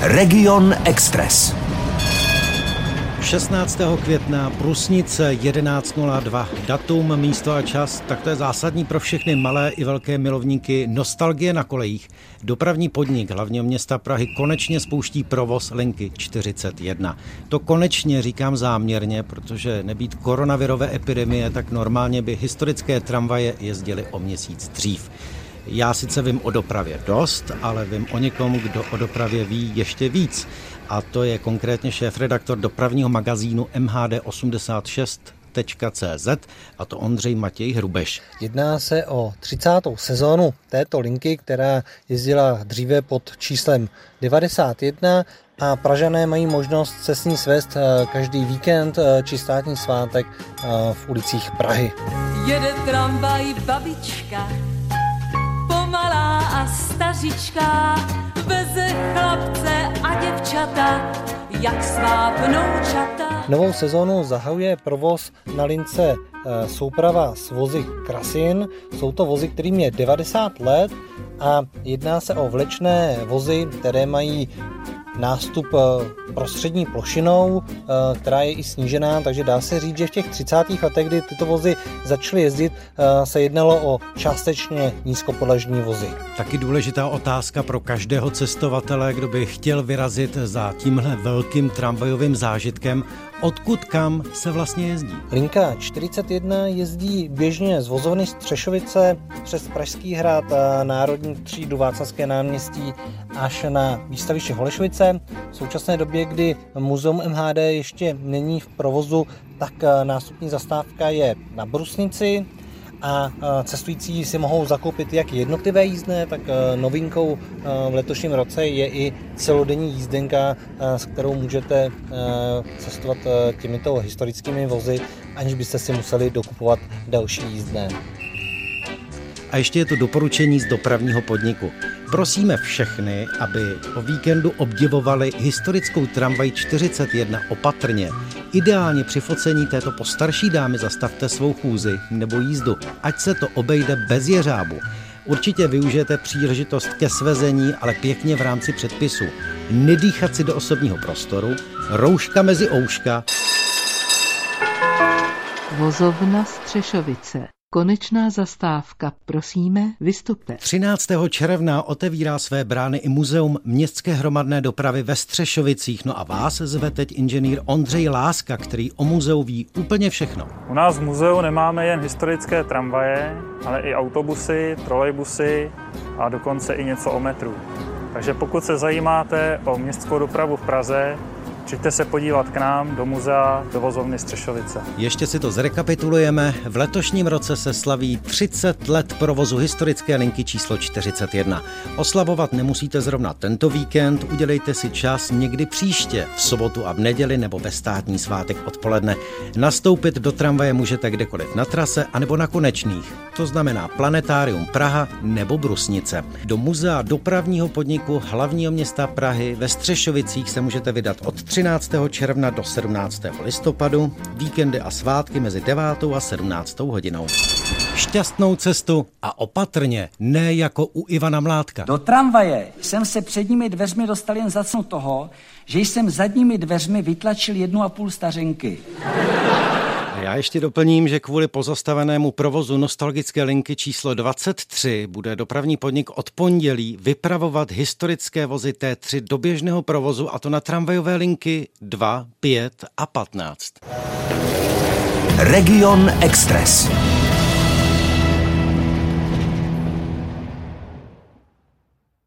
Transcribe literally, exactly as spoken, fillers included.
Region Express. šestnáctého května, Prusnice, jedenáct nula dva. Datum, místo a čas, tak to je zásadní pro všechny malé i velké milovníky nostalgie na kolejích. Dopravní podnik hlavního města Prahy konečně spouští provoz linky čtyřicet jedna. To konečně říkám záměrně, protože nebýt koronavirové epidemie, tak normálně by historické tramvaje jezdily o měsíc dřív. Já sice vím o dopravě dost, ale vím o někom, kdo o dopravě ví ještě víc. A to je konkrétně šéfredaktor dopravního magazínu M H D osmdesát šest tečka cé zet, a to Ondřej Matěj Hrubeš. Jedná se o třicátou sezónu této linky, která jezdila dříve pod číslem devadesát jedna a Pražané mají možnost se s ní svést každý víkend či státní svátek v ulicích Prahy. Jede tramvaj babička, pomalá a stařička, veze chlapce a děvčata, jak svá vnoučata. Novou sezónu zahajuje provoz na lince souprava s vozy Krasin. Jsou to vozy, kterým je devadesát let a jedná se o vlečné vozy, které mají nástup prostřední plošinou, která je i snížená, takže dá se říct, že v těch třicátých letech, kdy tyto vozy začaly jezdit, se jednalo o částečně nízkopodlažní vozy. Taky důležitá otázka pro každého cestovatele, kdo by chtěl vyrazit za tímhle velkým tramvajovým zážitkem, odkud kam se vlastně jezdí. Linka čtyřicet jedna jezdí běžně z vozovny Střešovice přes Pražský hrad, Národní třídu, Václavské náměstí až na výstaviště Holešovice. V současné době, kdy muzeum M H D ještě není v provozu, tak nástupní zastávka je na Brusnici a cestující si mohou zakoupit jak jednotlivé jízdné, tak novinkou v letošním roce je i celodenní jízdenka, s kterou můžete cestovat těmito historickými vozy, aniž byste si museli dokupovat další jízdné. A ještě je to doporučení z dopravního podniku. Prosíme všechny, aby o víkendu obdivovali historickou tramvaj čtyřicet jedna opatrně. Ideálně při focení této postarší dámy zastavte svou chůzi nebo jízdu, ať se to obejde bez jeřábu. Určitě využijete příležitost ke svezení, ale pěkně v rámci předpisu. Nedýchat si do osobního prostoru, rouška mezi ouška. Vozovna Střešovice. Konečná zastávka. Prosíme, vystupte. třináctého června otevírá své brány i muzeum městské hromadné dopravy ve Střešovicích. No a vás zve teď inženýr Ondřej Láska, který o muzeu ví úplně všechno. U nás v muzeu nemáme jen historické tramvaje, ale i autobusy, trolejbusy a dokonce i něco o metru. Takže pokud se zajímáte o městskou dopravu v Praze, přijďte se podívat k nám do muzea, do vozovny Střešovice. Ještě si to zrekapitulujeme. V letošním roce se slaví třicet let provozu historické linky číslo čtyřicet jedna. Oslavovat nemusíte zrovna tento víkend, udělejte si čas někdy příště, v sobotu a v neděli nebo ve státní svátek odpoledne. Nastoupit do tramvaje můžete kdekoliv na trase anebo na konečných. To znamená Planetárium Praha nebo Brusnice. Do muzea dopravního podniku hlavního města Prahy ve Střešovicích se můžete vydat od třináctého června do sedmnáctého listopadu, víkendy a svátky mezi devátou a sedmnáctou hodinou. Šťastnou cestu a opatrně, ne jako u Ivana Mládka. Do tramvaje jsem se předními dveřmi dostal jen za cenu toho, že jsem zadními dveřmi vytlačil jednu a půl stařenky. Já ještě doplním, že kvůli pozastavenému provozu nostalgické linky číslo dvacet tři bude dopravní podnik od pondělí vypravovat historické vozy T tři do běžného provozu, a to na tramvajové linky dva, pět a patnáct. Region Express.